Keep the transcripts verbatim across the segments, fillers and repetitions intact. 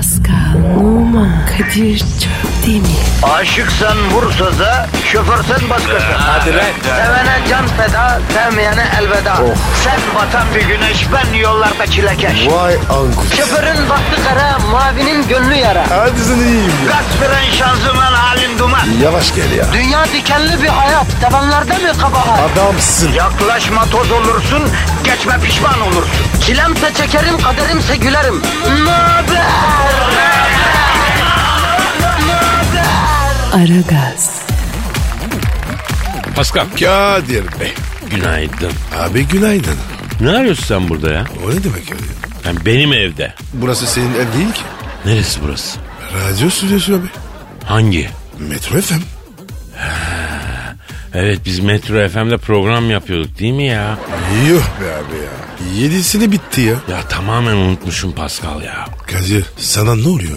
Pascal, Oman, Kadir çok değil mi? Aşıksan vursa da, şoförsen başkasın. Hadi lan. Sevene can feda, sevmeyene elveda. Oh. Sen batan bir güneş, ben yollarda çilekeş. Vay anku. Şoförün baktı kara, mavinin gönlü yara. Hadi sen iyiyim ya. Kasperen şanzıman halin duman. Yavaş gel ya. Dünya dikenli bir hayat, sevenlerde mi kabahar? Adamsın. Yaklaşma toz olursun, geçme pişman olursun. Çilemse çekerim, kaderimse gülerim. Möber! Aragaz, Pascal. Kadir Bey. Günaydın. Abi günaydın. Ne arıyorsun sen burada ya? O ne demek ya? Yani benim evde. Burası senin ev değil ki. Neresi burası? Radyo stüdyosu abi. Hangi? Metro F M. Evet, biz Metro F M'de program yapıyorduk değil mi ya? Yuh be abi ya. Yedisini bitti ya. Ya tamamen unutmuşum Pascal ya. Kadir sana ne oluyor?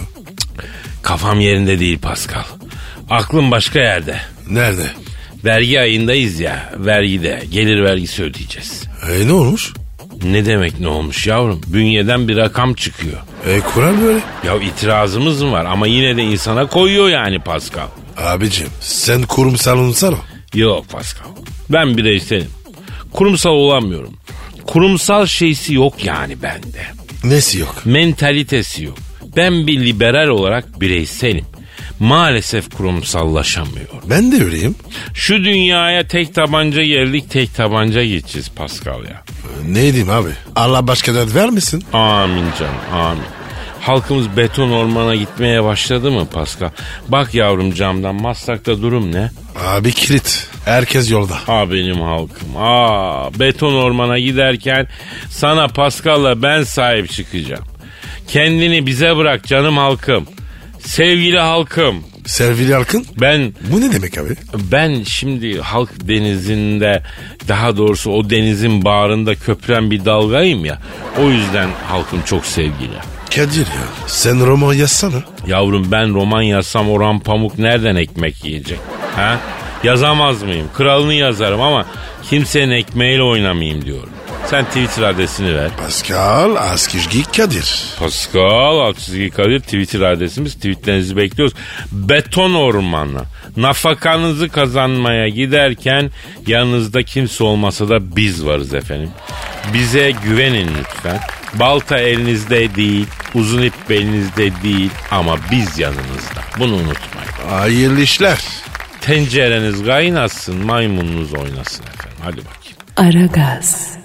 Kafam yerinde değil Pascal. Aklım başka yerde. Nerede? Vergi ayındayız ya. Vergide. Gelir vergisi ödeyeceğiz. E ne olmuş? Ne demek ne olmuş yavrum? Bünyeden bir rakam çıkıyor. E kural böyle. Ya itirazımız mı var ama yine de insana koyuyor yani Pascal. Abicim sen kurumsal unsal o. Yok Pascal. Ben bireyselim. Kurumsal olamıyorum. Kurumsal şeysi yok yani bende. Nesi yok? Mentalitesi yok. Ben bir liberal olarak bireyselim. Maalesef kurumsallaşamıyorum. Ben de öyleyim. Şu dünyaya tek tabanca geldik, tek tabanca geçeceğiz Pascal ya. E, ne diyeyim abi? Allah başka dert vermesin. Amin canım, amin. Halkımız beton ormana gitmeye başladı mı Pascal? Bak yavrum camdan, Maslak'ta durum ne? Abi kilit. Herkes yolda. Aa benim halkım. Aa beton ormana giderken sana Pascal'la ben sahip çıkacağım. Kendini bize bırak canım halkım. Sevgili halkım. Sevgili halkın? Ben Bu ne demek abi? ben şimdi halk denizinde, daha doğrusu o denizin bağrında köpüren bir dalgayım ya. O yüzden halkım çok sevgili. Kadir ya sen roman yazsana. Yavrum ben roman yazsam Orhan Pamuk nereden ekmek yiyecek? Ha? Yazamaz mıyım? Kralını yazarım ama kimsenin ekmeğiyle oynamayayım diyorum. Sen Twitter adresini ver. Pascal Askizgi Kadir. Pascal Askizgi Kadir Twitter adresimiz. Tweetlerinizi bekliyoruz. Beton ormanı. Nafakanızı kazanmaya giderken yanınızda kimse olmasa da biz varız efendim. Bize güvenin lütfen. Balta elinizde değil, uzun ip belinizde değil ama biz yanınızda. Bunu unutmayın. Hayırlı işler. Tencereniz kaynasın, maymununuz oynasın efendim. Hadi bakayım. Aragaz.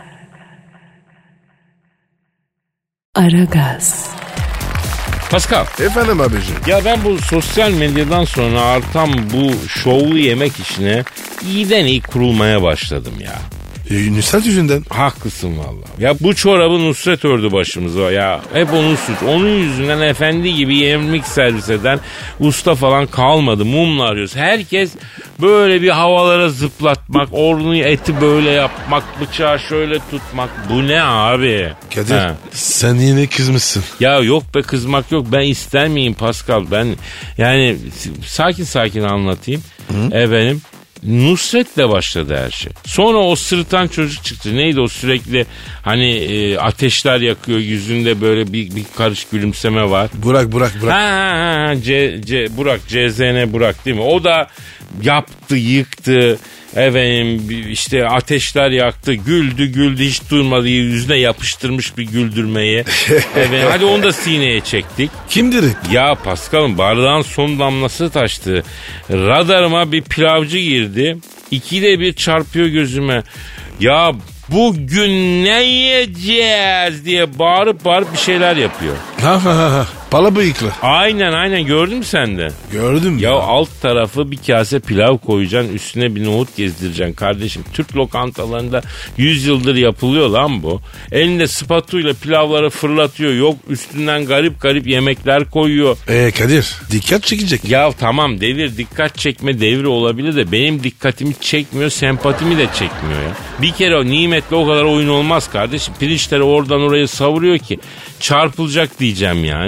Aragaz. Pascal. Efendim abicim. Ya ben bu sosyal medyadan sonra artan bu şovlu yemek işine iyiden iyi kurulmaya başladım ya. E, Nusret yüzünden. Haklısın vallahi. Ya bu çorabı Nusret ördü başımıza ya. Hep onun suç. Onun yüzünden efendi gibi yemek servis eden usta falan kalmadı. Mumla arıyoruz. Herkes böyle bir havalara zıplatmak, ornu eti böyle yapmak, bıçağı şöyle tutmak. Bu ne abi? Kadir He. sen yine kızmışsın. Ya yok be kızmak yok. Ben ister miyim Pascal? Ben yani sakin sakin anlatayım. Hı? Efendim. Nusret'le başladı her şey. Sonra o sırıtan çocuk çıktı. Neydi o sürekli hani e, ateşler yakıyor, yüzünde böyle bir, bir karış gülümseme var. Burak Burak Burak. Ha ha ha C, C, Burak C Z N Burak değil mi? O da yaptı, yıktı. Efendim işte ateşler yaktı, güldü güldü hiç durmadı, yüzüne yapıştırmış bir güldürmeyi. Efendim, hadi onu da sineye çektik. Kimdir? Ya Pascal'ım bardağın son damlası taştı. Radarıma bir pilavcı girdi. İkide bir çarpıyor gözüme. Ya bugün ne yiyeceğiz diye bağırıp bağırıp bir şeyler yapıyor. Ha ha ha. Pala bıyıklı. Aynen aynen gördün mü sen de? Gördüm Ya ya. alt tarafı bir kase pilav koyacaksın, üstüne bir nohut gezdireceksin kardeşim. Türk lokantalarında yüz yıldır yapılıyor lan bu. Elinde spatuyla pilavları fırlatıyor. Yok üstünden garip garip yemekler koyuyor. Eee Kadir dikkat çekecek. Ya tamam devir dikkat çekme devri olabilir de benim dikkatimi çekmiyor, sempatimi de çekmiyor ya. Bir kere o nimetle o kadar oyun olmaz kardeşim. Pirinçleri oradan oraya savuruyor ki çarpılacak diyeceğim yani.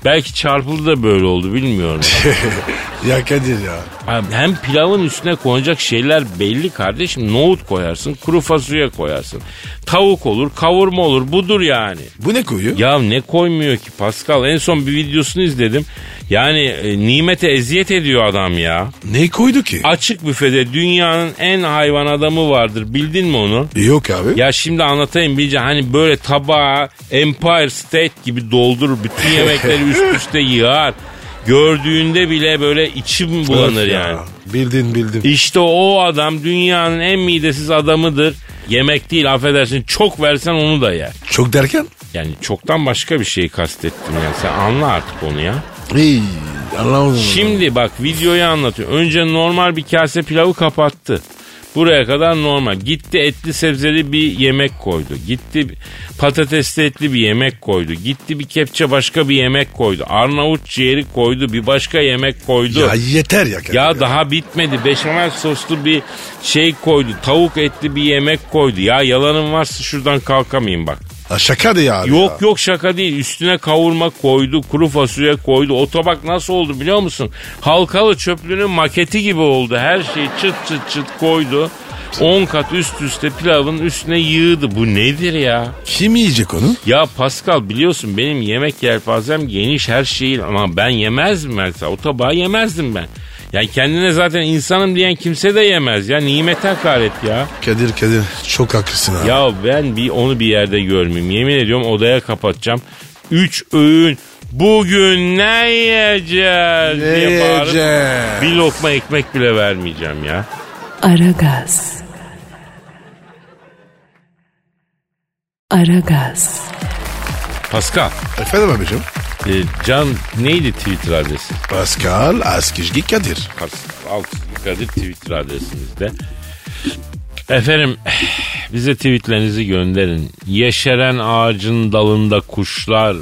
Belki çarpıldı da böyle oldu, bilmiyorum. Ya Kadir ya. Abi hem pilavın üstüne konacak şeyler belli kardeşim. Nohut koyarsın, kuru fasulye koyarsın. Tavuk olur, kavurma olur, budur yani. Bu ne koyuyor? Ya ne koymuyor ki Pascal? En son bir videosunu izledim. Yani e, nimete eziyet ediyor adam ya. Ne koydu ki? Açık büfede dünyanın en hayvan adamı vardır. Bildin mi onu? Yok abi. Ya şimdi anlatayım Bilce. Hani böyle tabağa Empire State gibi doldurur. Bütün yemekleri üst üste yığar. Gördüğünde bile böyle içim bulanır ya. yani. Bildin bildin. İşte o adam dünyanın en midesiz adamıdır. Yemek değil, affedersin, çok versen onu da yer. Çok derken? Yani çoktan başka bir şeyi kastettim yani. Sen anla artık onu ya. İyi, anlamadım. Şimdi bak videoyu anlatıyor. Önce normal bir kase pilavı kapattı. Buraya kadar normal. Gitti etli sebzeli bir yemek koydu. Gitti patatesli etli bir yemek koydu. Gitti bir kepçe başka bir yemek koydu. Arnavut ciğeri koydu. Bir başka yemek koydu. Ya yeter ya. Kadir Ya, ya daha bitmedi. Beşamel soslu bir şey koydu. Tavuk etli bir yemek koydu. Ya yalanın varsa şuradan kalkamayayım bak. Ha, şaka de ya. Yok ya. yok şaka değil. Üstüne kavurma koydu, kuru fasulye koydu. O tabak nasıl oldu biliyor musun? Halkalı çöplüğünün maketi gibi oldu. Her şeyi çıt çıt çıt koydu. on kat üst üste pilavın üstüne yığdı. Bu nedir ya? Kim yiyecek onu? Ya Pascal biliyorsun benim yemek yelpazem geniş, her şeyi, ama ben yemezdim mesela. O tabağı yemezdim ben. Yani kendine zaten insanım diyen kimse de yemez ya. Nimete hakaret ya. Kadir Kadir çok haklısın abi. Ya ben bir onu bir yerde görmeyeyim. Yemin ediyorum odaya kapatacağım. Üç öğün bugün ne yiyeceğiz Ne diye bağırıp yiyeceğiz? bir lokma ekmek bile vermeyeceğim ya. Aragaz. Aragaz. Pascal, Efendim abicim? e, Can neydi Twitter adresi? Pascal Askizgi Kadir. Pascal Altçizgi Kadir Twitter adresimizde. Efendim bize tweetlerinizi gönderin. Yeşeren ağacın dalında kuşlar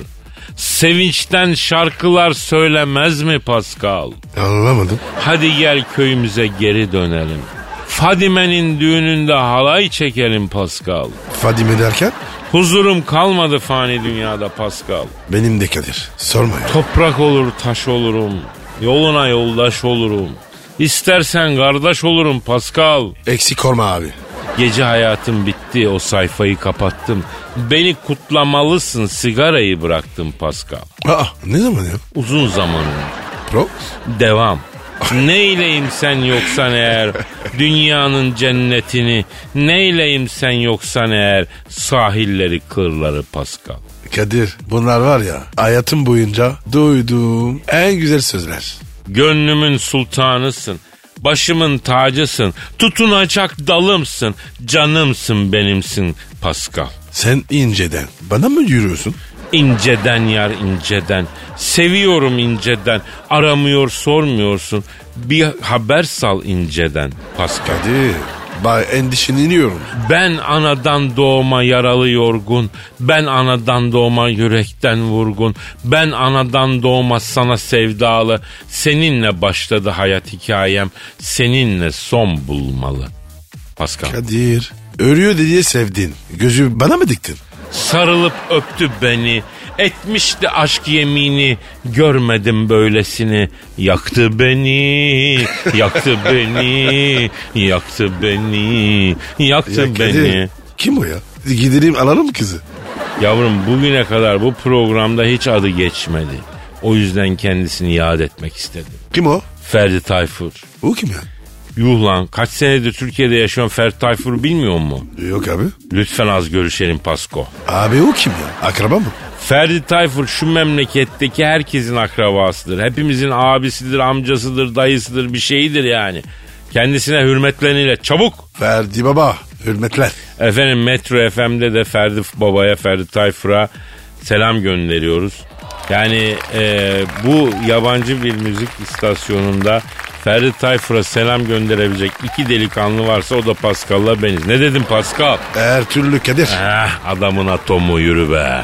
sevinçten şarkılar söylemez mi Pascal? Anlamadım. Hadi gel köyümüze geri dönelim. Fadime'nin düğününde halay çekelim Pascal. Fadime derken? Huzurum kalmadı fani dünyada Pascal. Benim de Kadir. Sorma ya. Toprak olur taş olurum. Yoluna yoldaş olurum. İstersen kardeş olurum Pascal. Eksik olma abi. Gece hayatım bitti, o sayfayı kapattım. Beni kutlamalısın, sigarayı bıraktım Pascal. Aa ne zaman ya? Uzun zamanım. Pro? Devam. Neyleyim sen yoksan eğer dünyanın cennetini, neyleyim sen yoksan eğer sahilleri, kırları Pascal. Kadir bunlar var ya hayatım boyunca duyduğum en güzel sözler. Gönlümün sultanısın, başımın tacısın, tutunacak dalımsın, canımsın benimsin Pascal. Sen inceden bana mı yürüyorsun? İnceden yar inceden, seviyorum inceden, aramıyor sormuyorsun, bir haber sal inceden Pascal. Kadir ben endişeleniyorum. Ben anadan doğma yaralı yorgun, ben anadan doğma yürekten vurgun, ben anadan doğma sana sevdalı, seninle başladı hayat hikayem, seninle son bulmalı Pascal. Kadir örüyor diye sevdin, gözü bana mı diktin? Sarılıp öptü beni, etmişti aşk yemini, görmedim böylesini. Yaktı beni, yaktı beni, yaktı beni, yaktı Ya beni. Kadir, kim o ya? Gidelim alalım mı kızı? Yavrum bugüne kadar bu programda hiç adı geçmedi. O yüzden kendisini yad etmek istedim. Kim o? Ferdi Tayfur. O kim ya? Yuh lan, kaç senedir Türkiye'de yaşayan Ferdi Tayfur'u bilmiyor mu? Yok abi. Lütfen az görüşelim Pasko. Abi o kim ya? Akraba mı? Ferdi Tayfur şu memleketteki herkesin akrabasıdır. Hepimizin abisidir, amcasıdır, dayısıdır, bir şeyidir yani. Kendisine hürmetleriyle çabuk. Ferdi baba hürmetler. Efendim Metro F M'de de Ferdi Baba'ya, Ferdi Tayfur'a selam gönderiyoruz. Yani e, bu yabancı bir müzik istasyonunda Ferdi Tayfur'a selam gönderebilecek iki delikanlı varsa o da Pascal'la beniz. Ne dedim Pascal? Her türlü Kadir. Eh, adamın atomu, yürü be.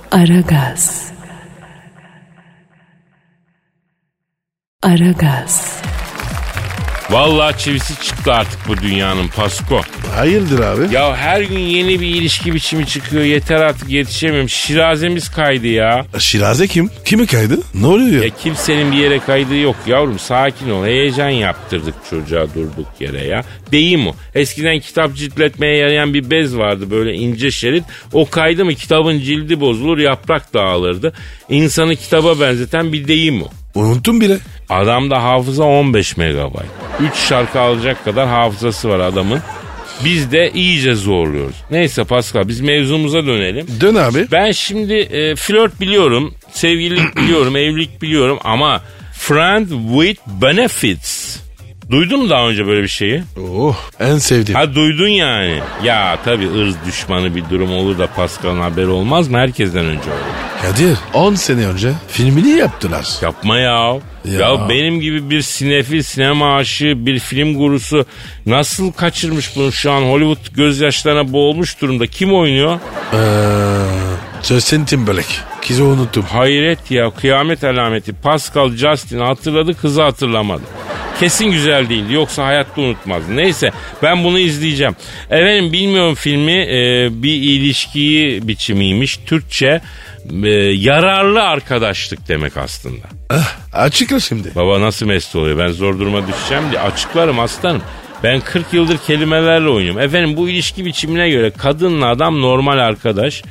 Aragaz. Aragaz. Vallahi çivisi çıktı artık bu dünyanın Pasko. Hayırdır abi? Ya her gün yeni bir ilişki biçimi çıkıyor. Yeter artık yetişemiyorum. Şirazemiz kaydı ya. Şiraze kim? Kimi kaydı? Ne oluyor? Ya kimsenin bir yere kaydığı yok yavrum. Sakin ol. Heyecan yaptırdık çocuğa durduk yere ya. Deyim o. Eskiden kitap ciltletmeye yarayan bir bez vardı böyle ince şerit. O kaydı mı kitabın cildi bozulur, yaprak dağılırdı. İnsanı kitaba benzeten bir deyim o. Unuttum bile. Adamda hafıza on beş megabayt. üç şarkı alacak kadar hafızası var adamın. Biz de iyice zorluyoruz. Neyse Pascal, biz mevzumuza dönelim. Dön abi. Ben şimdi e, flört biliyorum, sevgililik biliyorum, evlilik biliyorum ama friend with benefits. Duydun mu daha önce böyle bir şeyi? Oh, en sevdiğim. Ha duydun yani. Ya tabii ırz düşmanı bir durum olur da Pascal'ın haberi olmaz mı? Herkesten önce olur. Kadir on sene önce filmini yaptılar. Yapma ya. Ya. ya benim gibi bir sinefil, sinema aşığı, bir film gurusu nasıl kaçırmış bunu şu an? Hollywood gözyaşlarına boğulmuş durumda. Kim oynuyor? Eee... Justin Timberlake. Kızı unuttum. Hayret ya, kıyamet alameti. Pascal Justin hatırladı, kızı hatırlamadı. Kesin güzel değildi, yoksa hayatta unutmazdı. Neyse, ben bunu izleyeceğim. Efendim bilmiyorum filmi, e, bir ilişkiyi biçimiymiş. Türkçe e, yararlı arkadaşlık demek aslında. Ah, açıkla şimdi. Baba nasıl mest oluyor, ben zor duruma düşeceğim diye açıklarım aslanım. Ben kırk yıldır kelimelerle oynuyorum. Efendim bu ilişki biçimine göre kadınla adam normal arkadaş.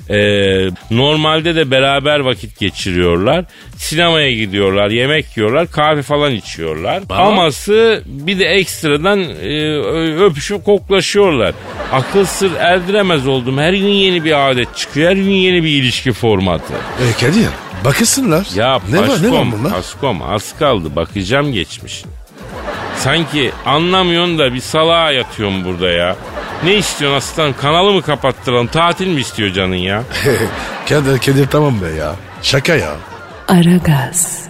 Ee, normalde de beraber vakit geçiriyorlar. Sinemaya gidiyorlar, yemek yiyorlar, kahve falan içiyorlar. Aa. Aması bir de ekstradan e, öpüşüp koklaşıyorlar. Akıl sır erdiremez oldum. Her gün yeni bir adet çıkıyor. Her gün yeni bir ilişki formatı. E Kadir bakısınlar. Ya ne Paşkom, var, ne var bunlar? Paskom az kaldı, bakacağım geçmişine. Sanki anlamıyorsun da bir salağa yatıyorum burada ya. Ne istiyorsun aslanım? Kanalı mı kapattıralım? Tatil mi istiyor canın ya? Kadir, Kadir tamam be ya. Şaka ya. Aragaz.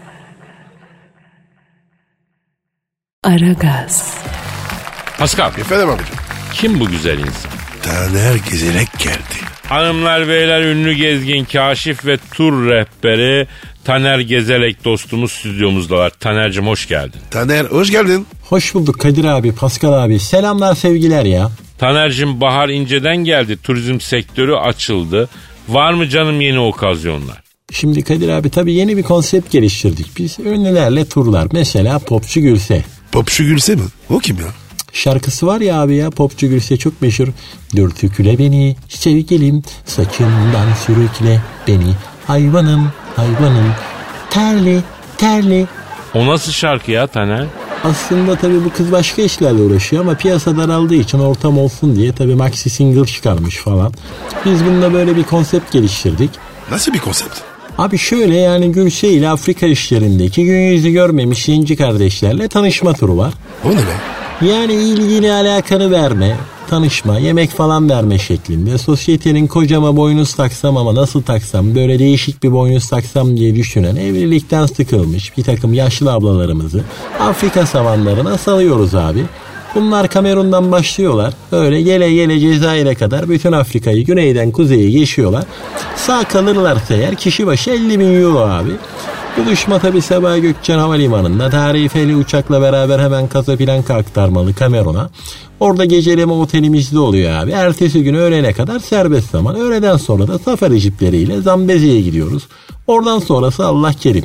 Aragaz. Pascal. Efendim abicim. Kim bu güzel insan? Taner Gezelek geldi. Hanımlar beyler, ünlü gezgin, kaşif ve tur rehberi Taner Gezelek dostumuz stüdyomuzdalar. Taner'cim hoş geldin. Taner hoş geldin. Hoş bulduk Kadir abi, Pascal abi. Selamlar, sevgiler ya. Taner'cim bahar inceden geldi. Turizm sektörü açıldı. Var mı canım yeni okazyonlar? Şimdi Kadir abi tabii yeni bir konsept geliştirdik biz. Ünlülerle turlar. Mesela Popçu Gülse. Popçu Gülse mi? O kim ya? Şarkısı var ya abi ya, Popçu Gülse çok meşhur. Dürtükle beni sevgilim, saçından sürükle beni. Hayvanım hayvanım, terli terli. O nasıl şarkı ya Taner? Aslında tabii bu kız başka işlerle uğraşıyor ama piyasa daraldığı için ortam olsun diye tabii maxi single çıkarmış falan. Biz bununla böyle bir konsept geliştirdik. Nasıl bir konsept? Abi şöyle, yani Gülse ile Afrika işlerindeki gün yüzü görmemiş yenici kardeşlerle tanışma turu var. O ne be? Yani ilgini alakanı verme, tanışma, yemek falan verme şeklinde. Sosyetenin kocama boynuz taksam ama nasıl taksam, böyle değişik bir boynuz taksam diye düşünen, evlilikten sıkılmış bir takım yaşlı ablalarımızı Afrika savanlarına salıyoruz abi. Bunlar Kamerun'dan başlıyorlar. Öyle gele gele Cezayir'e kadar bütün Afrika'yı güneyden kuzeye geçiyorlar. Sağ kalırlarsa eğer kişi başı elli bin euro abi. Buluşma tabi Sabaha Gökçen Havalimanı'nda tarifeli uçakla beraber hemen Casablanca aktarmalı Kamerun'a. Orada geceleme otelimizde oluyor abi. Ertesi günü öğlene kadar serbest zaman. Öğleden sonra da safari jipleriyle Zambezi'ye gidiyoruz. Oradan sonrası Allah kerim.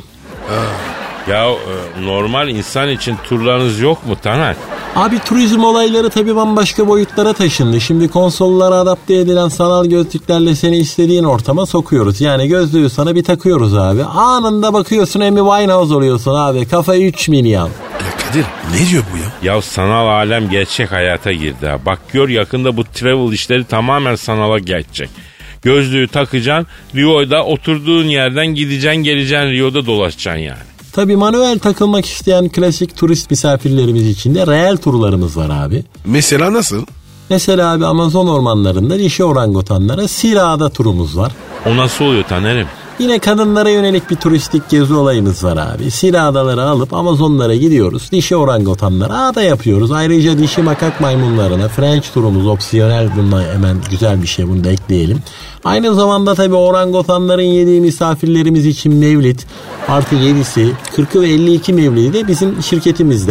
Ya normal insan için turlarınız yok mu Taner? Abi turizm olayları tabii bambaşka boyutlara taşındı. Şimdi konsollara adapte edilen sanal gözlüklerle seni istediğin ortama sokuyoruz. Yani gözlüğü sana bir takıyoruz abi. Anında bakıyorsun Amy Winehouse oluyorsun abi. Kafayı üç milyon. Ya Kadir ne diyor bu ya? Ya sanal alem gerçek hayata girdi ha. Bak gör, yakında bu travel işleri tamamen sanala geçecek. Gözlüğü takacaksın, Rio'da oturduğun yerden gideceksin, geleceksin, Rio'da dolaşacaksın yani. Tabii manuel takılmak isteyen klasik turist misafirlerimiz için de reel turlarımız var abi. Mesela nasıl? Mesela abi Amazon ormanlarında dişi orangutanlara Sira'da turumuz var. O nasıl oluyor Taner'im? Yine kadınlara yönelik bir turistik gezi olayımız var abi. Sira adaları alıp Amazonlara gidiyoruz. Dişi orangutanlara ağda yapıyoruz. Ayrıca dişi makak maymunlarına French turumuz opsiyonel. Bununla hemen güzel bir şey, bunu da ekleyelim. Aynı zamanda tabii orangutanların yediği misafirlerimiz için mevlit artı yedisi, kırkı ve elli iki mevlidi de bizim şirketimizden.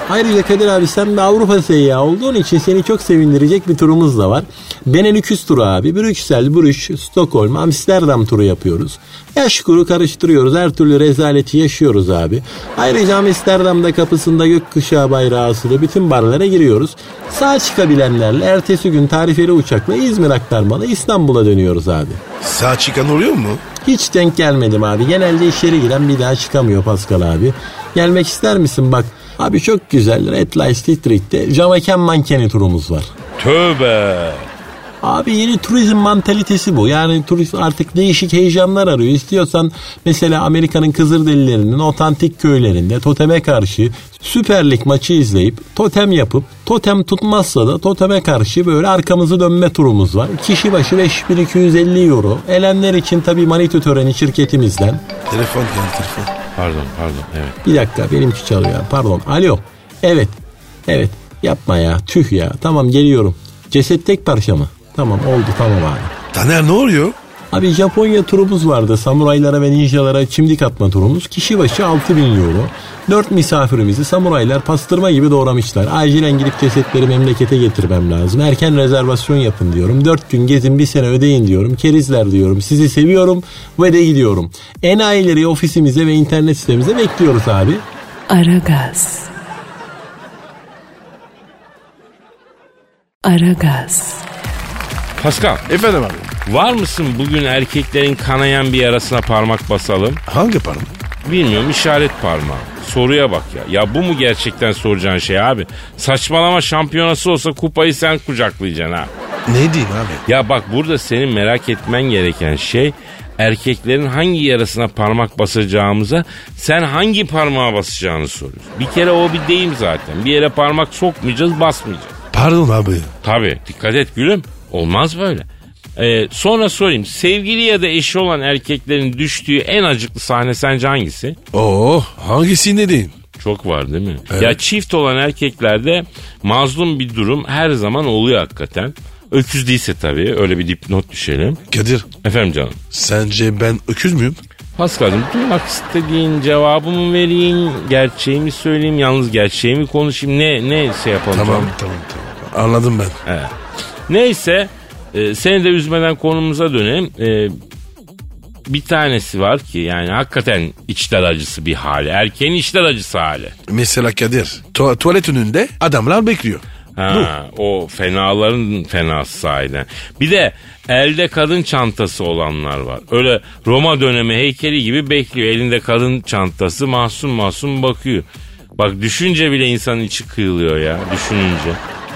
Ayrıca Kadir abi sen bir Avrupa seyyahı olduğun için seni çok sevindirecek bir turumuz da var. Benelux turu abi. Brüksel, Brüş, Stockholm, Amsterdam turu yapıyoruz. Yaş kuru karıştırıyoruz. Her türlü rezaleti yaşıyoruz abi. Ayrıca Amsterdam'da kapısında gökkuşağı bayrağı asılı bütün barlara giriyoruz. Sağ çıkabilenlerle ertesi gün tarifeli uçakla İzmir aktarmalı İstanbul'a dönüyoruz abi. Sağ çıkan oluyor mu? Hiç denk gelmedim abi. Genelde içeri giren bir daha çıkamıyor Pascal abi. Gelmek ister misin bak? Abi çok güzel Red Light Street'te Jamaican mankeni turumuz var. Tövbe. Abi yeni turizm mantalitesi bu. Yani turist artık değişik heyecanlar arıyor. İstiyorsan mesela Amerika'nın Kızılderililerinin otantik köylerinde toteme karşı Süper Lig maçı izleyip totem yapıp totem tutmazsa da toteme karşı böyle arkamızı dönme turumuz var. Kişi başı beş bin iki yüz elli euro. Elenler için tabii manito töreni şirketimizden. Telefon geldi telefon. Pardon pardon evet. Bir dakika benimki çalıyor. Pardon. Alo. Evet. Evet. Yapma ya. Tüh ya. Tamam geliyorum. Ceset tek parça mı? Tamam oldu tamam abi. Taner ne oluyor? Abi Japonya turumuz vardı. Samuraylara ve ninjalara çimdik atma turumuz. Kişi başı altı bin euro. Dört misafirimizi samuraylar pastırma gibi doğramışlar. Acilen gidip cesetleri memlekete getirmem lazım. Erken rezervasyon yapın diyorum. Dört gün gezin bir sene ödeyin diyorum. Kerizler diyorum. Sizi seviyorum ve de gidiyorum. Enayileri ofisimize ve internet sitemize bekliyoruz abi. Aragaz. Aragaz. Pascal. Efendim abi. Var mısın bugün erkeklerin kanayan bir yarasına parmak basalım? Hangi parmak? Bilmiyorum, işaret parmağı. Soruya bak ya. Ya bu mu gerçekten soracağın şey abi? Saçmalama, şampiyonası olsa kupayı sen kucaklayacaksın ha. Ne diyeyim abi? Ya bak burada senin merak etmen gereken şey erkeklerin hangi yarasına parmak basacağımıza sen hangi parmağa basacağını soruyorsun. Bir kere o bir deyim zaten. Bir yere parmak sokmayacağız, basmayacağız. Pardon abi. Tabii dikkat et gülüm. Olmaz böyle. Ee, sonra sorayım. Sevgili ya da eşi olan erkeklerin düştüğü en acıklı sahne sence hangisi? Oo, hangisi ne diyeyim? Çok var değil mi? Evet. Ya çift olan erkeklerde mazlum bir durum her zaman oluyor hakikaten. Öküz değilse tabii, öyle bir dipnot düşelim. Kadir. Efendim canım. Sence ben öküz müyüm? Pascal'cığım duymak istediğin cevabı mı vereyim, gerçeği mi söyleyeyim, yalnız gerçeği mi konuşayım, ne ne şey yapalım? Tamam canım? tamam tamam. Anladım ben. Evet. Neyse e, seni de üzmeden konumuza dönelim. E, bir tanesi var ki yani hakikaten içler acısı bir hali. Erkeğin içler acısı hali. Mesela Kadir. Tu- tuvalet önünde adamlar bekliyor. Ha, o fenaların fenası sahiden. Bir de elde kadın çantası olanlar var. Öyle Roma dönemi heykeli gibi bekliyor. Elinde kadın çantası, masum masum bakıyor. Bak düşünce bile insanın içi kıyılıyor ya, düşününce.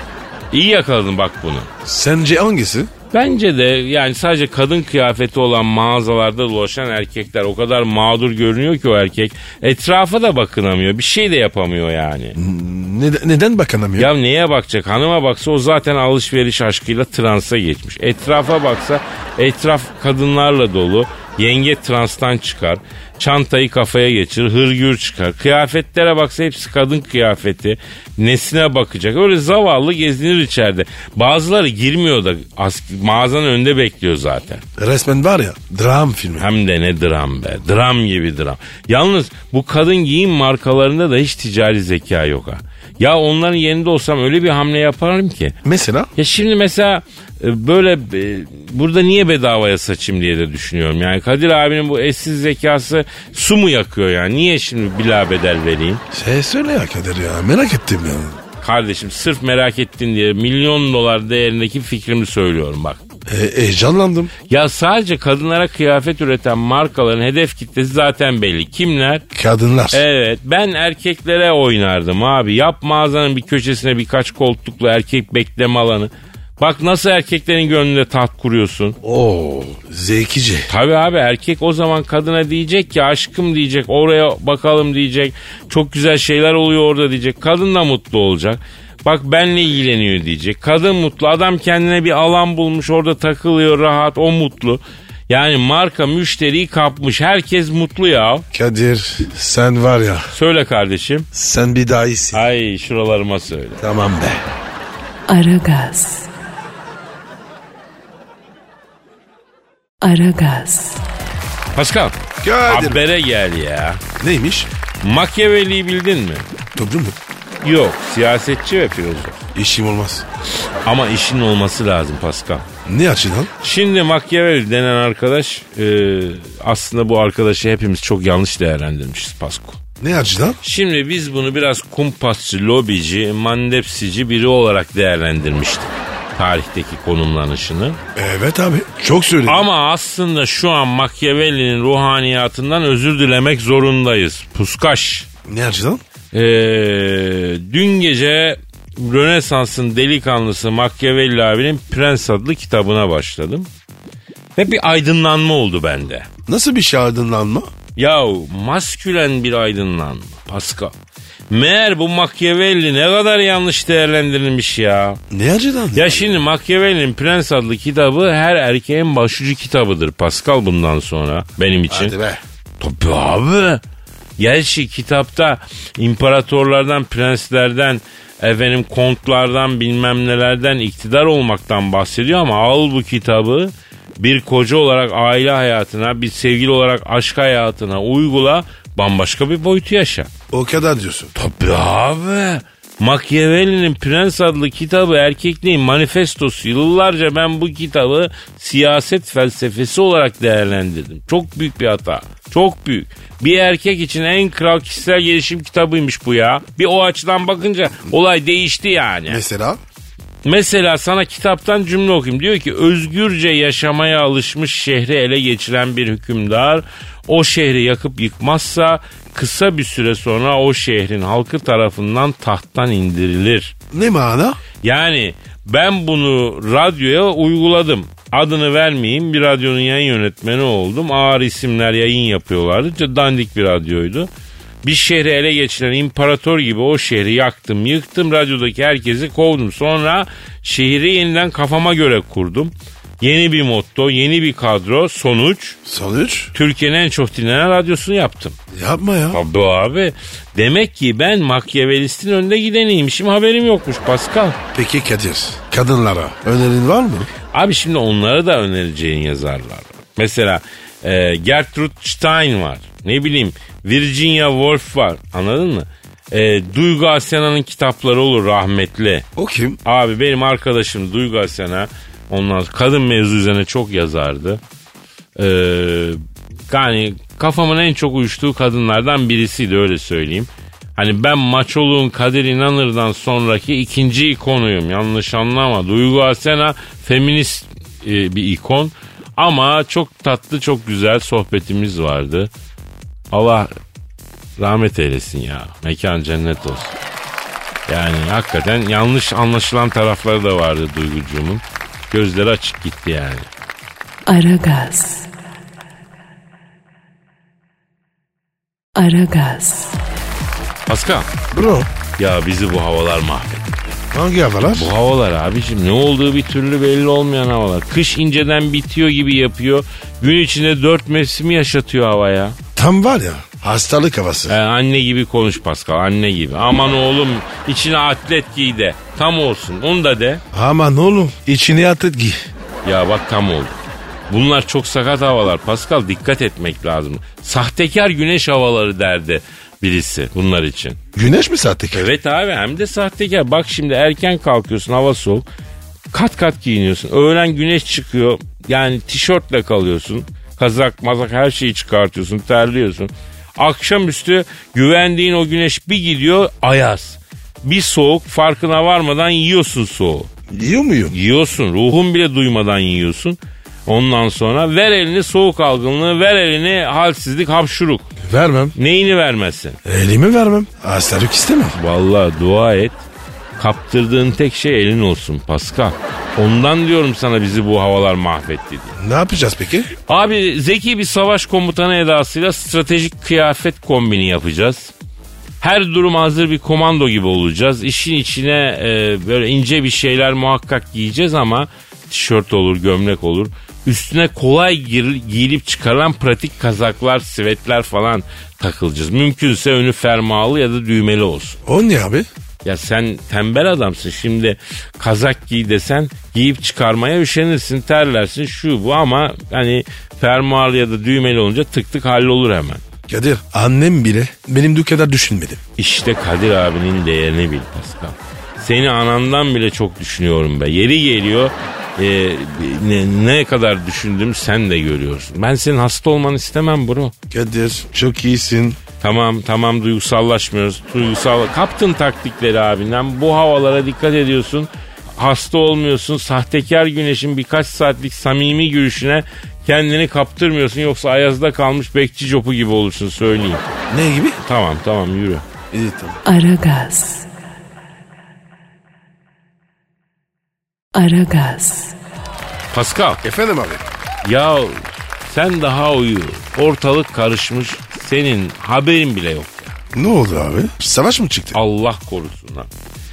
İyi yakaladın bak bunu. Sence hangisi? Bence de yani sadece kadın kıyafeti olan mağazalarda dolaşan erkekler o kadar mağdur görünüyor ki o erkek. Etrafa da bakınamıyor, bir şey de yapamıyor yani. Ne- neden bakanamıyor? Ya neye bakacak? Hanıma baksa o zaten alışveriş aşkıyla transa geçmiş. Etrafa baksa etraf kadınlarla dolu. Yenge transtan çıkar. Çantayı kafaya geçirir. Hırgür çıkar. Kıyafetlere baksa hepsi kadın kıyafeti. Nesine bakacak? Öyle zavallı gezinir içeride. Bazıları girmiyor da mağazanın önünde bekliyor zaten. Resmen var ya dram filmi. Hem de ne dram be. Dram gibi dram. Yalnız bu kadın giyim markalarında da hiç ticari zeka yok ha. Ya onların yerinde olsam öyle bir hamle yaparım ki. Mesela? Ya şimdi mesela böyle e, burada niye bedavaya saçayım diye de düşünüyorum. Yani Kadir abinin bu eşsiz zekası su mu yakıyor yani? Niye şimdi bila bedel vereyim? Şey söyle ya Kadir ya, merak ettim ya. Kardeşim sırf merak ettin diye milyon dolar değerindeki fikrimi söylüyorum bak. E, heyecanlandım. Ya sadece kadınlara kıyafet üreten markaların hedef kitlesi zaten belli. Kimler? Kadınlar. Evet, ben erkeklere oynardım abi. Yap mağazanın bir köşesine birkaç koltuklu erkek bekleme alanı. Bak nasıl erkeklerin gönlünde taht kuruyorsun. Oo, zekice. Tabii abi, erkek o zaman kadına diyecek ki aşkım diyecek, oraya bakalım diyecek. Çok güzel şeyler oluyor orada diyecek. Kadın da mutlu olacak. Bak benle ilgileniyor diyecek. Kadın mutlu. Adam kendine bir alan bulmuş, orada takılıyor rahat, o mutlu. Yani marka müşteriyi kapmış. Herkes mutlu ya. Kadir sen var ya. Söyle kardeşim. Sen bir daha iyisin. Ay şuralarıma söyle. Tamam be. Aragaz. Aragaz. Pascal. Kadir. Habere gel ya. Neymiş? Machiavelli'yi bildin mi? Duydun mu? Yok, siyasetçi ve filozof. İşim olmaz. Ama işin olması lazım Pascal. Ne açıdan? Şimdi Machiavelli denen arkadaş e, aslında bu arkadaşı hepimiz çok yanlış değerlendirmişiz Pasko. Ne açıdan? Şimdi biz bunu biraz kumpasçı, lobici, mandepsici biri olarak değerlendirmiştik. Tarihteki konumlanışını. Evet abi. Çok söyledim. Ama aslında şu an Machiavelli'nin ruhaniyatından özür dilemek zorundayız. Puskaş. Ne açıdan? Ee, dün gece Rönesans'ın delikanlısı Machiavelli abinin Prens adlı kitabına başladım. Ve bir aydınlanma oldu bende. Nasıl bir şey aydınlanma? Yahu maskülen bir aydınlanma Pascal. Meğer bu Machiavelli ne kadar yanlış değerlendirilmiş ya. Ne açıdan? Ya şimdi Machiavelli'nin Prens adlı kitabı her erkeğin başucu kitabıdır Pascal bundan sonra benim için. Hadi be. Tabii abi. Gerçi kitapta imparatorlardan, prenslerden, efendim kontlardan bilmem nelerden iktidar olmaktan bahsediyor ama al bu kitabı bir koca olarak aile hayatına, bir sevgili olarak aşk hayatına uygula, bambaşka bir boyutu yaşa. O kadar diyorsun. Tabii abi. Machiavelli'nin Prens adlı kitabı erkekliğin manifestosu. Yıllarca ben bu kitabı siyaset felsefesi olarak değerlendirdim. Çok büyük bir hata. Çok büyük. Bir erkek için en kral kişisel gelişim kitabıymış bu ya. Bir o açıdan bakınca olay değişti yani. Mesela? Mesela sana kitaptan cümle okuyayım. Diyor ki özgürce yaşamaya alışmış şehri ele geçiren bir hükümdar o şehri yakıp yıkmazsa kısa bir süre sonra o şehrin halkı tarafından tahttan indirilir. Ne mana? Yani ben bunu radyoya uyguladım. Adını vermeyeyim, bir radyonun yayın yönetmeni oldum. Ağır isimler yayın yapıyorlardı. Dandik bir radyoydu. Bir şehri ele geçiren imparator gibi o şehri yaktım, yıktım. Radyodaki herkesi kovdum. Sonra şehri yeniden kafama göre kurdum. Yeni bir motto, yeni bir kadro. Sonuç? Sonuç? Türkiye'nin en çok dinlenen radyosunu yaptım. Yapma ya. Abi abi. Demek ki ben Machiavellistin önde gideniymişim. Haberim yokmuş Pascal. Peki Kadir, kadınlara önerin var mı? Abi şimdi onlara da önereceğin yazarlar var. Mesela e, Gertrude Stein var. Ne bileyim Virginia Woolf var. Anladın mı? E, Duygu Asena'nın kitapları olur rahmetli. O kim? Abi benim arkadaşım Duygu Asena. Ondan sonra kadın mevzu üzerine çok yazardı. Ee, yani kafamın en çok uyuştuğu kadınlardan birisiydi öyle söyleyeyim. Hani ben maçoluğun Kadir İnanır'dan sonraki ikinci ikonuyum. Yanlış anlama. Duygu Asena feminist e, bir ikon. Ama çok tatlı çok güzel sohbetimiz vardı. Allah rahmet eylesin ya. Mekan cennet olsun. Yani hakikaten yanlış anlaşılan tarafları da vardı Duygucuğumun. Gözleri açık gitti yani. Aragaz. Aragaz. Pascal. Bro. Ya bizi bu havalar mahvetti. Hangi havalar? Bu havalar abiciğim ne olduğu bir türlü belli olmayan havalar. Kış inceden bitiyor gibi yapıyor. Gün içinde dört mevsimi yaşatıyor havaya. Tam var ya hastalık havası. Ee, anne gibi konuş Pascal, anne gibi. Aman oğlum içine atlet giy de. Tam olsun onu da de. Aman oğlum içine atlet giy. Ya bak tam oldu. Bunlar çok sakat havalar Pascal, dikkat etmek lazım. Sahtekar güneş havaları derdi birisi bunlar için. Güneş mi sahtekar? Evet abi, hem de sahtekar. Bak şimdi erken kalkıyorsun, hava soğuk. Kat kat giyiniyorsun. Öğlen güneş çıkıyor. Yani tişörtle kalıyorsun. Kazak mazak her şeyi çıkartıyorsun. Terliyorsun. Akşamüstü güvendiğin o güneş bir gidiyor, ayaz. Bir soğuk, farkına varmadan yiyorsun soğuğu. Yiyor muyum? Yiyorsun. Ruhun bile duymadan yiyorsun. Ondan sonra ver elini soğuk algınlığı, ver elini halsizlik, hapşuruk. Vermem. Neyini vermezsin? Elimi vermem. Hastalık istemem. Vallahi dua et. Kaptırdığın tek şey elin olsun Pascal. Ondan diyorum sana bizi bu havalar mahvetti diye. Ne yapacağız peki? Abi zeki bir savaş komutanı edasıyla stratejik kıyafet kombini yapacağız. Her durum hazır bir komando gibi olacağız. İşin içine e, böyle ince bir şeyler muhakkak giyeceğiz ama tişört olur, gömlek olur. Üstüne kolay gir, giyilip çıkarılan pratik kazaklar, sivetler falan takılacağız. Mümkünse önü fermuarlı ya da düğmeli olsun. O ne abi? Ya sen tembel adamsın, şimdi kazak giy desen giyip çıkarmaya üşenirsin, terlersin şu bu, ama hani fermuarlı ya da düğmeli olunca tık tık hallolur hemen. Kadir annem bile benim bu kadar düşünmedi. İşte Kadir abinin değerini bil Pascal. Seni anandan bile çok düşünüyorum be. Yeri geliyor e, ne, ne kadar düşündüm sen de görüyorsun. Ben senin hasta olmanı istemem bro. Kadir çok iyisin. Tamam tamam duygusallaşmıyoruz. Duygusal kaptın taktikleri abinden. Bu havalara dikkat ediyorsun. Hasta olmuyorsun. Sahtekar güneşin birkaç saatlik samimi gülüşüne kendini kaptırmıyorsun. Yoksa ayazda kalmış bekçi copu gibi olursun söyleyeyim. Ne gibi? Tamam tamam yürü. İyi tamam. Aragaz. Aragaz. Pascal. Efendim abi. Ya sen daha uyu. Ortalık karışmış. Senin haberin bile yok ya. Ne oldu abi? Savaş mı çıktı? Allah korusun ha.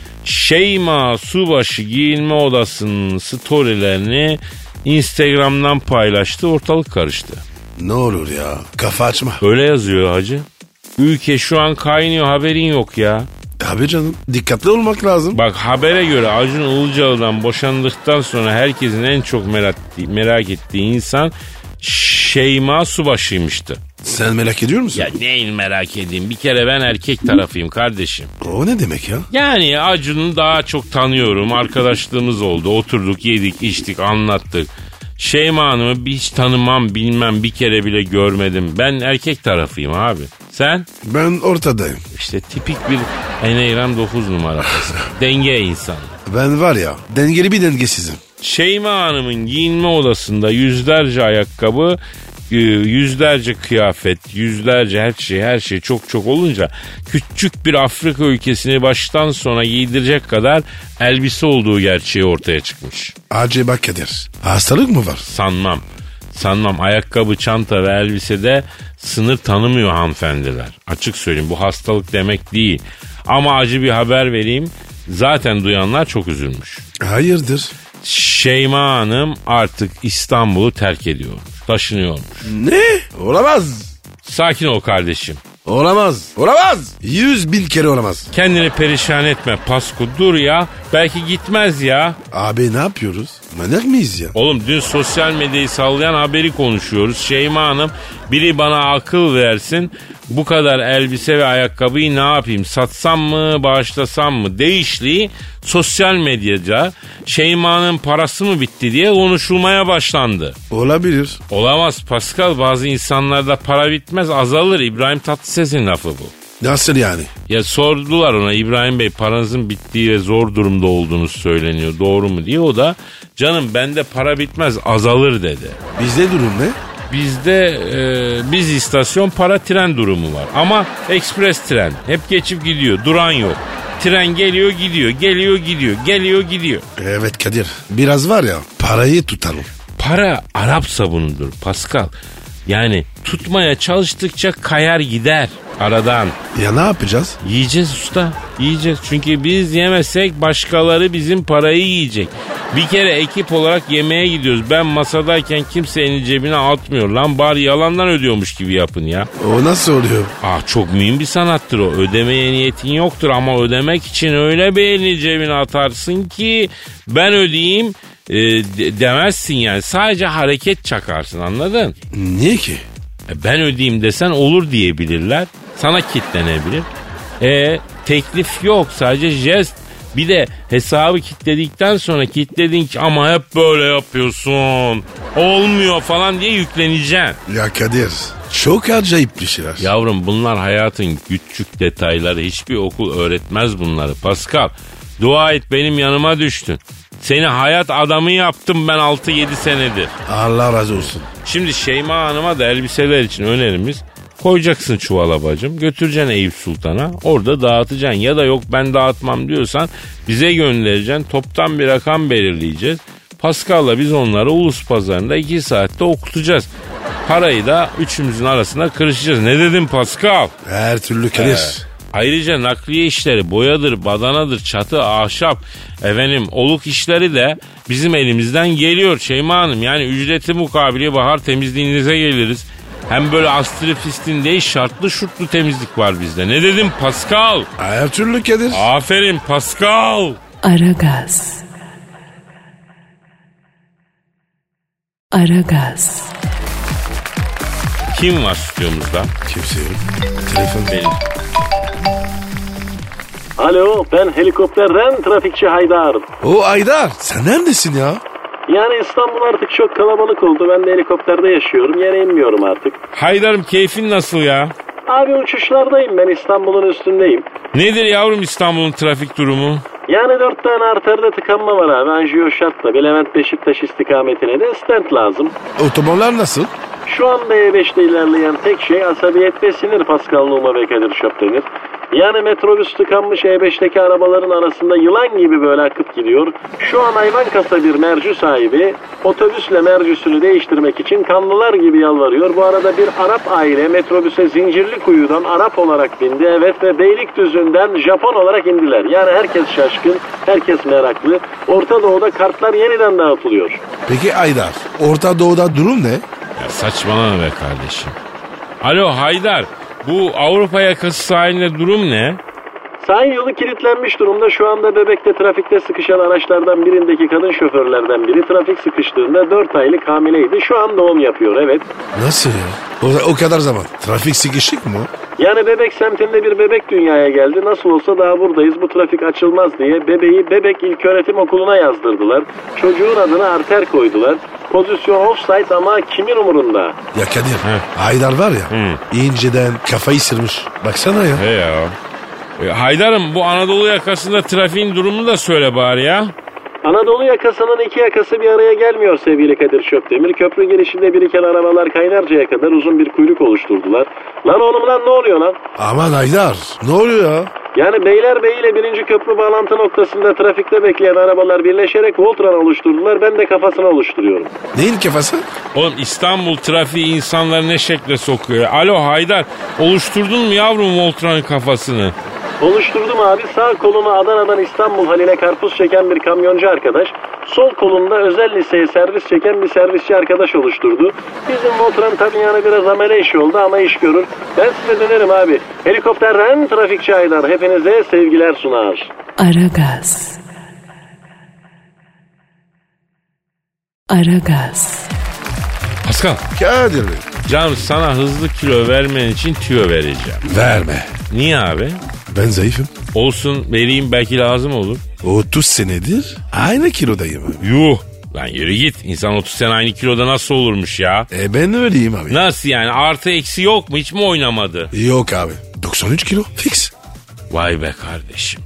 Şeyma Subaşı giyinme odasının storylerini Instagram'dan paylaştı. Ortalık karıştı. Ne olur ya. Kafa açma. Öyle yazıyor hacı. Ülke şu an kaynıyor haberin yok ya. Abi canım dikkatli olmak lazım. Bak habere göre Acun Ilıcalı'dan boşandıktan sonra herkesin en çok merak ettiği, merak ettiği insan Şeyma Subaşı'ymıştı. Sen merak ediyor musun? Ya neyin merak edeyim? Bir kere ben erkek tarafıyım kardeşim. O ne demek ya? Yani Acun'u daha çok tanıyorum. Arkadaşlığımız oldu. Oturduk, yedik, içtik, anlattık. Şeyma Hanım'ı hiç tanımam, bilmem, bir kere bile görmedim. Ben erkek tarafıyım abi. Sen? Ben ortadayım. İşte tipik bir Enneagram dokuz numarası. Denge insanı. Ben var ya dengeli bir dengesizim. Şeyma Hanım'ın giyinme odasında yüzlerce ayakkabı, yüzlerce kıyafet, yüzlerce her şey, her şey çok çok olunca küçük bir Afrika ülkesini baştan sona giydirecek kadar elbise olduğu gerçeği ortaya çıkmış. Acaba Kadir, hastalık mı var? Sanmam. Sanmam. Ayakkabı, çanta ve elbisede sınır tanımıyor hanımefendiler. Açık söyleyeyim, bu hastalık demek değil. Ama acı bir haber vereyim. Zaten duyanlar çok üzülmüş. Hayırdır? Şeyma Hanım artık İstanbul'u terk ediyormuş. Taşınıyormuş. Ne? Olamaz. Sakin ol kardeşim. Olamaz. Olamaz. Yüz bin kere olamaz. Kendini perişan etme Pasku, dur ya. Belki gitmez ya. Abi ne yapıyoruz? Manyak mıyız ya? Oğlum dün sosyal medyayı sallayan haberi konuşuyoruz. Şeyma Hanım, biri bana akıl versin. Bu kadar elbise ve ayakkabıyı ne yapayım? Satsam mı, bağışlasam mı? Değişliği sosyal medyaca Şeyma'nın parası mı bitti diye konuşulmaya başlandı. Olabilir. Olamaz Pascal, bazı insanlarda para bitmez, azalır. İbrahim Tatlıses'in lafı bu. Nasıl yani? Ya sordular ona, İbrahim Bey paranızın bittiği ve zor durumda olduğunuz söyleniyor, doğru mu diye. O da canım bende para bitmez, azalır dedi. Bizde durum ne? Bizde e, biz istasyon para tren durumu var. Ama ekspres tren hep geçip gidiyor, duran yok. Tren geliyor gidiyor, geliyor gidiyor, geliyor gidiyor. Evet Kadir, biraz var ya parayı tutalım. Para Arap sabunudur Pascal. Yani tutmaya çalıştıkça kayar gider aradan. Ya ne yapacağız? Yiyeceğiz usta, yiyeceğiz. Çünkü biz yemesek başkaları bizim parayı yiyecek. Bir kere ekip olarak yemeğe gidiyoruz. Ben masadayken kimse elini cebine atmıyor. Lan bari yalandan ödüyormuş gibi yapın ya. O nasıl oluyor? Ah çok mühim bir sanattır o. Ödemeye niyetin yoktur ama ödemek için öyle bir elini cebine atarsın ki ben ödeyeyim e, de- demezsin yani. Sadece hareket çakarsın, anladın? Niye ki? E, ben ödeyeyim desen olur diyebilirler. Sana kitlenebilir. E teklif yok, sadece jest. Bir de hesabı kilitledikten sonra kilitledin ki ama hep böyle yapıyorsun, olmuyor falan diye yükleneceksin. Ya Kadir, çok acayip bir şeyler. Yavrum bunlar hayatın küçük detayları. Hiçbir okul öğretmez bunları Pascal. Dua et benim yanıma düştün. Seni hayat adamı yaptım ben altı yedi senedir. Allah razı olsun. Şimdi Şeyma Hanım'a da elbiseler için önerimiz: koyacaksın çuvala bacım, götüreceksin Eyüp Sultan'a, orada dağıtacaksın. Ya da yok ben dağıtmam diyorsan bize göndereceksin, toptan bir rakam belirleyeceğiz. Pascal'la biz onları ulus pazarında iki saatte okutacağız. Parayı da üçümüzün arasında kırışacağız. Ne dedim Pascal? Her türlü Kadir. Ee, ayrıca nakliye işleri, boyadır, badanadır, çatı, ahşap, efendim oluk işleri de bizim elimizden geliyor Şeyma Hanım. Yani ücreti mukabili bahar temizliğinize geliriz. Hem böyle astri fistin değil, şartlı şurtlu temizlik var bizde. Ne dedim Pascal? Her türlü Kadir. Aferin Pascal. Aragaz. Aragaz. Kim var stüdyomuzda? Kimse yok. Telefon Benim. Alo, ben helikopterden trafikçi Haydar. O Aydar sen neredesin ya? Yani İstanbul artık çok kalabalık oldu. Ben de helikopterde yaşıyorum. Yere inmiyorum artık. Haydar'ım keyfin nasıl ya? Abi uçuşlardayım, ben İstanbul'un üstündeyim. Nedir yavrum İstanbul'un trafik durumu? Yani dört tane arterde tıkanma var abi. Anjiyo şartla. Levent Beşiktaş istikametine de stent lazım. Otomobiller nasıl? Şu anda E beşte ilerleyen tek şey asabiyet ve sinir Pascal Numa ve Kadir Şöpdemir. Yani metrobüs tıkanmış E beşteki arabaların arasında yılan gibi böyle akıp gidiyor. Şu an hayvan kasa bir merci sahibi otobüsle mercüsünü değiştirmek için kanlılar gibi yalvarıyor. Bu arada bir Arap aile metrobüse Zincirlikuyu'dan Arap olarak bindi. Evet, ve Beylikdüzü'nden Japon olarak indiler. Yani herkes şaşkın, herkes meraklı. Orta Doğu'da kartlar yeniden dağıtılıyor. Peki Aydar, Orta Doğu'da durum ne? Ya saçmalama be kardeşim. Alo Haydar, bu Avrupa yakası sahilinde durum ne? Sahil yolu kilitlenmiş durumda. Şu anda Bebek'te trafikte sıkışan araçlardan birindeki kadın şoförlerden biri trafik sıkıştığında dört aylık hamileydi. Şu an doğum yapıyor, evet. Nasıl ya? O, o kadar zaman. Trafik sıkışık mı? Yani Bebek semtinde bir bebek dünyaya geldi. Nasıl olsa daha buradayız, bu trafik açılmaz diye bebeği Bebek İlköğretim Okulu'na yazdırdılar. Çocuğun adına Arter koydular. Pozisyon offside ama kimin umurunda? Ya Kadir, He. Haydar var ya, Hı. inceden kafayı sırmış. Baksana ya. He ya. E, Haydar'ım bu Anadolu yakasında trafiğin durumunu da söyle bari ya. Anadolu yakasının iki yakası bir araya gelmiyor sevgili Kadir Şöpdemir. Köprü girişinde biriken arabalar kaynarcaya kadar uzun bir kuyruk oluşturdular. Lan oğlum lan, ne oluyor lan? Aman Haydar, ne oluyor ya? Yani Beylerbeyi ile birinci köprü bağlantı noktasında trafikte bekleyen arabalar birleşerek Voltran oluşturdular. Ben de kafasını oluşturuyorum. Neyin kafası? Oğlum İstanbul trafiği insanları ne şekle sokuyor. Alo Haydar, oluşturdun mu yavrum Voltran'ın kafasını? Oluşturdum abi. Sağ kolunu Adana'dan İstanbul haline karpuz çeken bir kamyoncu arkadaş, sol kolunda özel liseye servis çeken bir servisçi arkadaş oluşturdu. Bizim Voltran tabii yani biraz amele işi oldu ama iş görür. Ben size dönerim abi. Helikopterden trafikçi Haydar hepinize sevgiler sunar. Aragaz. Aragaz. Pascal, Kadir Bey. canım sana hızlı kilo vermen için tüyo vereceğim. Verme. Niye abi? Ben zayıfım. Olsun, vereyim, belki lazım olur. otuz senedir aynı kilodayım. Yuh. Lan yürü git. İnsan otuz sene aynı kiloda nasıl olurmuş ya? E ben öyleyim abi. Nasıl yani? Artı eksi yok mu? Hiç mi oynamadı? Yok abi. doksan üç kilo fix. Vay be kardeşim.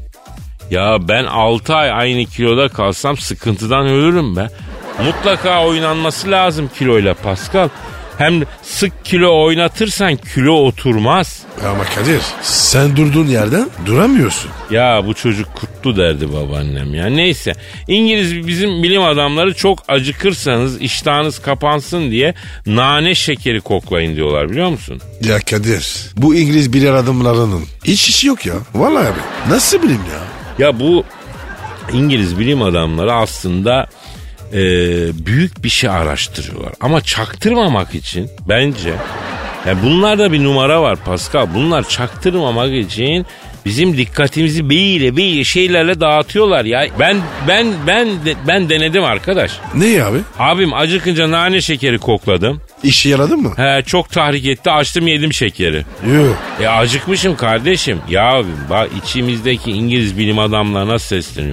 Ya ben altı ay aynı kiloda kalsam sıkıntıdan ölürüm be. Mutlaka oynanması lazım kiloyla Pascal. Hem sık kilo oynatırsan kilo oturmaz. Ama Kadir, sen durduğun yerden duramıyorsun. Ya bu çocuk kurtlu derdi babaannem ya. Neyse, İngiliz bizim bilim adamları çok acıkırsanız iştahınız kapansın diye nane şekeri koklayın diyorlar, biliyor musun? Ya Kadir, bu İngiliz bilim adamlarının hiç işi yok ya. Vallahi abi, nasıl bileyim ya? Ya bu İngiliz bilim adamları aslında e, büyük bir şey araştırıyorlar. Ama çaktırmamak için bence, ya bunlarda bir numara var Pascal. Bunlar çaktırmamak için bizim dikkatimizi beyiyle beyiyle şeylerle dağıtıyorlar ya. Ben ben ben ben denedim arkadaş. Ne abi? Abim acıkınca nane şekeri kokladım. İşe yaradı mı? He, çok tahrik etti, açtım yedim şekeri. Yok. E acıkmışım kardeşim. Ya bak, içimizdeki İngiliz bilim adamlarına sesleniyor.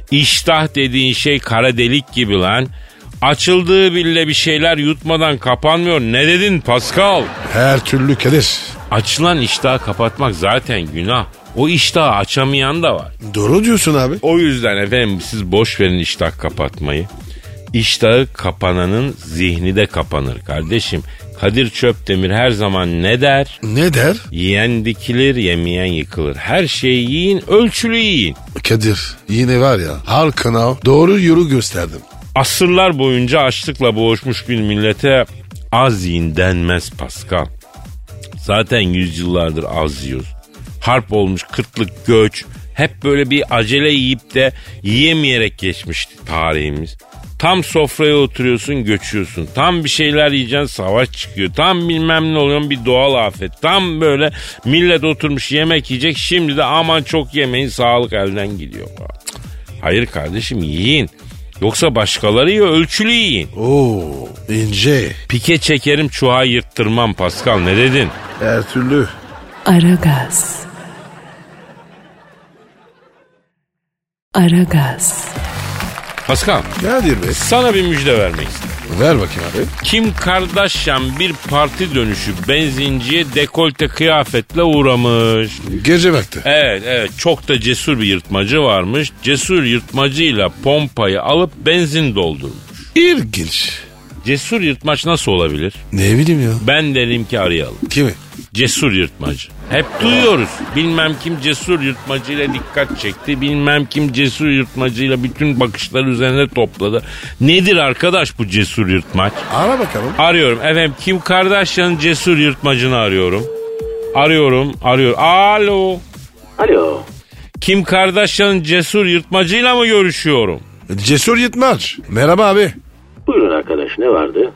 İştah dediğin şey kara delik gibi lan. Açıldığı bile bir şeyler yutmadan kapanmıyor. Ne dedin Pascal? Her türlü Kadir. Açılan iştahı kapatmak zaten günah. O iştahı açamayan da var. Doğru diyorsun abi. O yüzden efendim siz boş verin iştah kapatmayı. İştahı kapananın zihni de kapanır kardeşim. Kadir Çöpdemir her zaman ne der? Ne der? Yiyen dikilir, yemeyen yıkılır. Her şeyi yiyin, ölçülü yiyin. Kadir, yine var ya, halkına doğru yolu gösterdim. Asırlar boyunca açlıkla boğuşmuş bir millete az yiyin denmez Pascal. Zaten yüzyıllardır az yiyoruz. Harp olmuş, kıtlık, göç, hep böyle bir acele yiyip de yiyemeyerek geçmişti tarihimiz. Tam sofraya oturuyorsun, göçüyorsun. Tam bir şeyler yiyeceksin, savaş çıkıyor. Tam bilmem ne oluyor, bir doğal afet. Tam böyle millet oturmuş yemek yiyecek. Şimdi de aman çok yemeyin, sağlık elden gidiyor. Hayır kardeşim, yiyin. Yoksa başkaları yiyor, ölçülü yiyin. Oo ince. Pike çekerim, çuha yırttırmam Pascal, ne dedin? Her türlü. Aragaz. Aragaz. Pascal, Kadir Bey. sana bir müjde vermek istedim. Ver bakayım abi. Kim Kardashian bir parti dönüşü benzinciye dekolte kıyafetle uğramış. Gece vakti. Evet evet, çok da cesur bir yırtmacı varmış. Cesur yırtmacıyla pompayı alıp benzin doldurmuş. İlginç. Cesur yırtmaç nasıl olabilir? Ne bileyim ya. Ben derim ki arayalım. Kimi? Cesur yırtmacı. Hep duyuyoruz. Bilmem kim cesur yırtmacıyla dikkat çekti. Bilmem kim cesur yırtmacıyla bütün bakışları üzerine topladı. Nedir arkadaş bu cesur yırtmaç? Ara bakalım. Arıyorum efendim. Kim Kardashian'ın cesur yırtmacını arıyorum. Arıyorum, arıyorum. Alo. Alo. Kim Kardashian'ın cesur yırtmacıyla mı görüşüyorum? Cesur Yırtmaç. Merhaba abi. Buyurun arkadaş, ne vardı?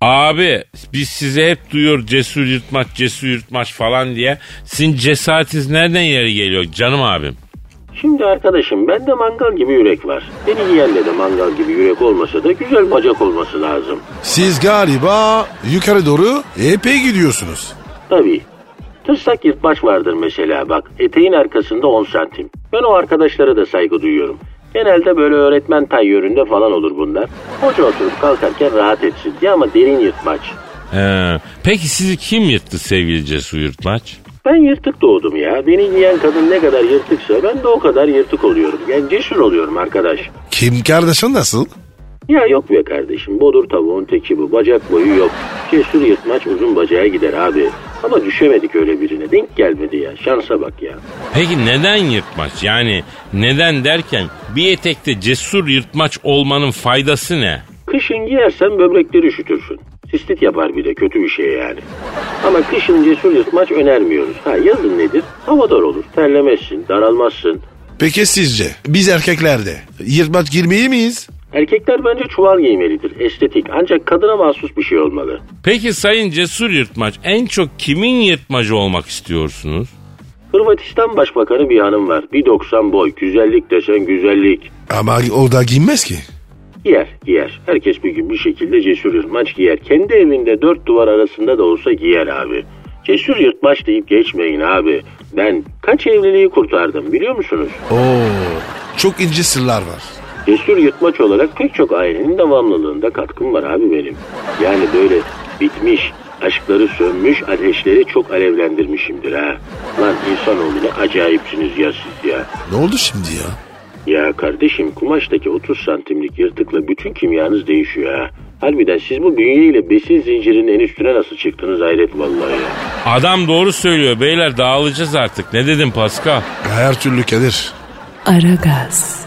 Abi biz size hep duyuyor cesur yırtmaç, cesur yırtmaç falan diye. Sizin cesaretiniz nereden yeri geliyor canım abim? Şimdi arkadaşım, bende mangal gibi yürek var. Beni yiyenle de mangal gibi yürek olmasa da güzel bacak olması lazım. Siz galiba yukarı doğru epey gidiyorsunuz. Tabii. Tırsak yırtmaç vardır mesela, bak. Eteğin arkasında on santim. Ben o arkadaşlara da saygı duyuyorum. Genelde böyle öğretmen tayyöründe falan olur bunlar. Hoca oturup kalkarken rahat etsin diye, ama derin yırtmaç. Ee, peki sizi kim yırttı sevgili cesur yırtmaç? Ben yırtık doğdum ya. Beni yiyen kadın ne kadar yırtıksa ben de o kadar yırtık oluyorum. Yani cesur oluyorum arkadaş. Kim kardeşin nasıl? Ya yok be kardeşim, bodur tavuğun teki bu. Bacak boyu yok. Cesur yırtmaç uzun bacağa gider abi. Ama düşemedik öyle birine. Denk gelmedi ya. Şansa bak ya. Peki neden yırtmaç? Yani neden derken bir etekte cesur yırtmaç olmanın faydası ne? Kışın giyersen böbrekleri üşütürsün. Sistit yapar bir de, kötü bir şey yani. Ama kışın cesur yırtmaç önermiyoruz. Ha, yazın nedir? Havadar olur. Terlemezsin, daralmazsın. Peki sizce biz erkeklerde yırtmaç girmeyi miyiz? Erkekler bence çuval giymelidir. Estetik. Ancak kadına mahsus bir şey olmalı. Peki sayın cesur yırtmaç, en çok kimin yırtmacı olmak istiyorsunuz? Hırvatistan Başbakanı bir hanım var. bir doksan boy. Güzellik desen güzellik. Ama o da giymez ki. Giyer, giyer. Herkes bir gün bir şekilde cesur yırtmaç giyer. Kendi evinde dört duvar arasında da olsa giyer abi. Cesur yırtmaç deyip geçmeyin abi. Ben kaç evliliği kurtardım biliyor musunuz? Oo, çok ince sırlar var. Cesur yırtmaç olarak pek çok ailenin devamlılığında katkım var abi benim. Yani böyle bitmiş, aşkları sönmüş ateşleri çok alevlendirmişimdir ha. Lan insanoğlu ne acayipsiniz ya siz ya. Ne oldu şimdi ya? Ya kardeşim, kumaştaki otuz santimlik yırtıkla bütün kimyanız değişiyor ha. Harbiden siz bu bünyeyle besin zincirinin en üstüne nasıl çıktınız, hayret vallahi ya. Adam doğru söylüyor beyler, dağılacağız artık. Ne dedin Pascal? Her türlü Kadir. Aragaz.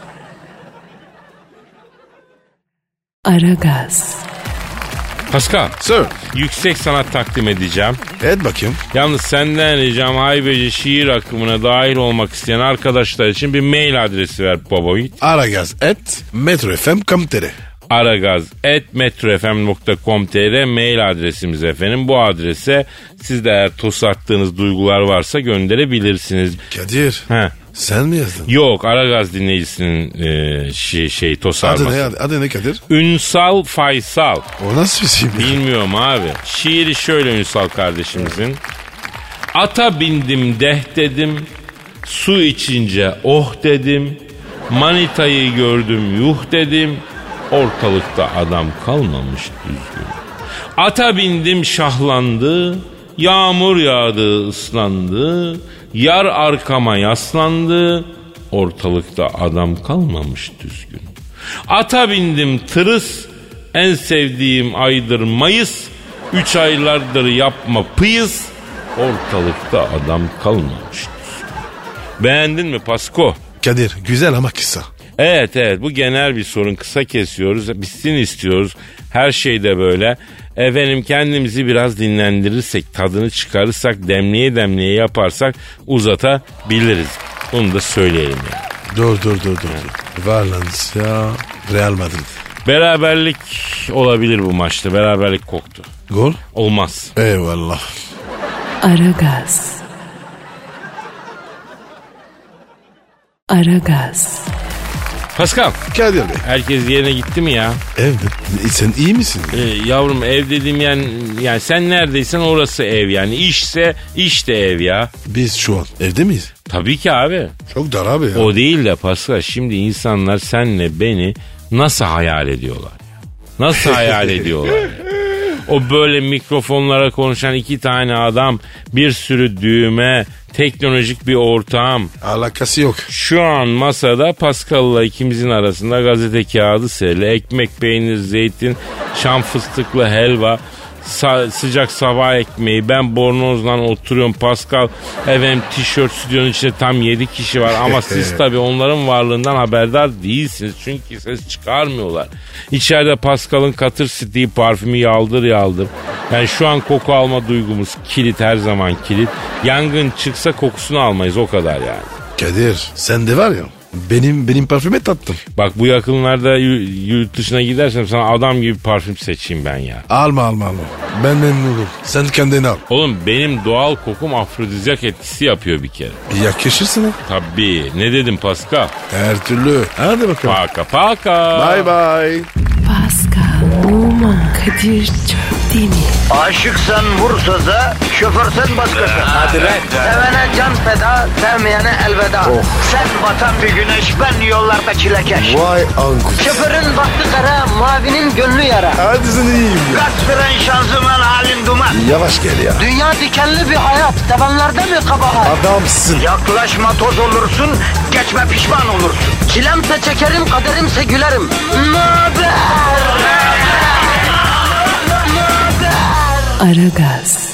Aragaz. Pascal, Sir. yüksek sanat takdim edeceğim. Et bakayım. Yalnız senden ricam, haybeci şiir akımına dahil olmak isteyen arkadaşlar için bir mail adresi ver baboyit. Aragaz et metrofm nokta com nokta tr. aragaz at metrofm nokta com nokta tr mail adresimiz efendim. Bu adrese siz de eğer tosattığınız duygular varsa gönderebilirsiniz. Kadir. He. Sen mi yazdın? Yok, Aragaz dinleyicisinin e, şey, şey tosarması. Adı ne, adı, adı ne Kadir? Ünsal Faysal. O nasıl bir şey mi? Bilmiyorum abi. Şiiri şöyle Ünsal kardeşimizin. Ata bindim deh dedim, su içince oh dedim, manitayı gördüm yuh dedim, ortalıkta adam kalmamış düzgün. Ata bindim şahlandı, yağmur yağdı ıslandı, yar arkama yaslandı, ortalıkta adam kalmamış düzgün. Ata bindim tırıs, en sevdiğim aydır Mayıs, üç aylardır yapma pıyız, ortalıkta adam kalmamış düzgün. Beğendin mi Pasko? Kadir güzel ama kısa. Evet evet, bu genel bir sorun, kısa kesiyoruz, bitsin istiyoruz, her şeyde böyle. Efendim kendimizi biraz dinlendirirsek, tadını çıkarırsak, demliğe demliğe yaparsak uzatabiliriz. Bunu da söyleyelim yani. Dur dur dur dur. Valencia, Real Madrid. Beraberlik olabilir bu maçta, beraberlik koktu. Gol? Olmaz. Eyvallah. Aragaz. Aragaz. Pascal, Kadir Bey. herkes yerine gitti mi ya? Evde. E, sen iyi misin? Ee, yavrum ev dediğim yani, yani sen neredeysen orası ev yani. İşse iş de ev ya. Biz şu an evde miyiz? Tabii ki abi. Çok dar abi ya. O değil de Pascal, şimdi insanlar senle beni nasıl hayal ediyorlar? Nasıl hayal ediyorlar? O böyle mikrofonlara konuşan iki tane adam, bir sürü düğme, teknolojik bir ortam. Alakası yok. Şu an masada Pascal'la ikimizin arasında gazete kağıdı serili, ekmek, peynir, zeytin, şam fıstıklı helva, sa- sıcak sabah ekmeği. Ben bornozla oturuyorum. Pascal efendim tişört, stüdyonun içinde tam yedi kişi var ama siz tabii onların varlığından haberdar değilsiniz. Çünkü ses çıkarmıyorlar. İçeride Pascal'ın Katır City parfümü yaldır yaldır. Yani şu an koku alma duygumuz kilit, her zaman kilit. Yangın çıksa kokusunu almayız, o kadar yani. Kadir sen de var ya benim benim parfüme tattın. Bak bu yakınlarda y- yurt dışına gidersem sana adam gibi parfüm seçeyim ben ya. Alma alma alma. Ben memnun olurum. Sen kendini al. Oğlum benim doğal kokum afrodizyak etkisi yapıyor bir kere. Yakışırsın ha. Tabii. Ne dedim Pascal? Her türlü. Hadi bakalım. Paka paka. Bye bye. Pascal, Oman, Kadir çok değil mi? Aşıksan vursa da, şoförsen başkasın. Hadi lan. Sevene can feda, sevmeyene elveda. Sen batan bir güneş, ben yollarda çilekeş. Vay anku. Şoförün baktı kara, mavinin gönlü yara. Hadi sen iyiyim ya. Kasperen şanzıman halin duman. Yavaş gel ya. Dünya dikenli bir hayat, sevenlerde mi kabahar? Adamsın. Yaklaşma toz olursun, geçme pişman olursun. Çilemse çekerim, kaderimse gülerim. Möber! Aragaz.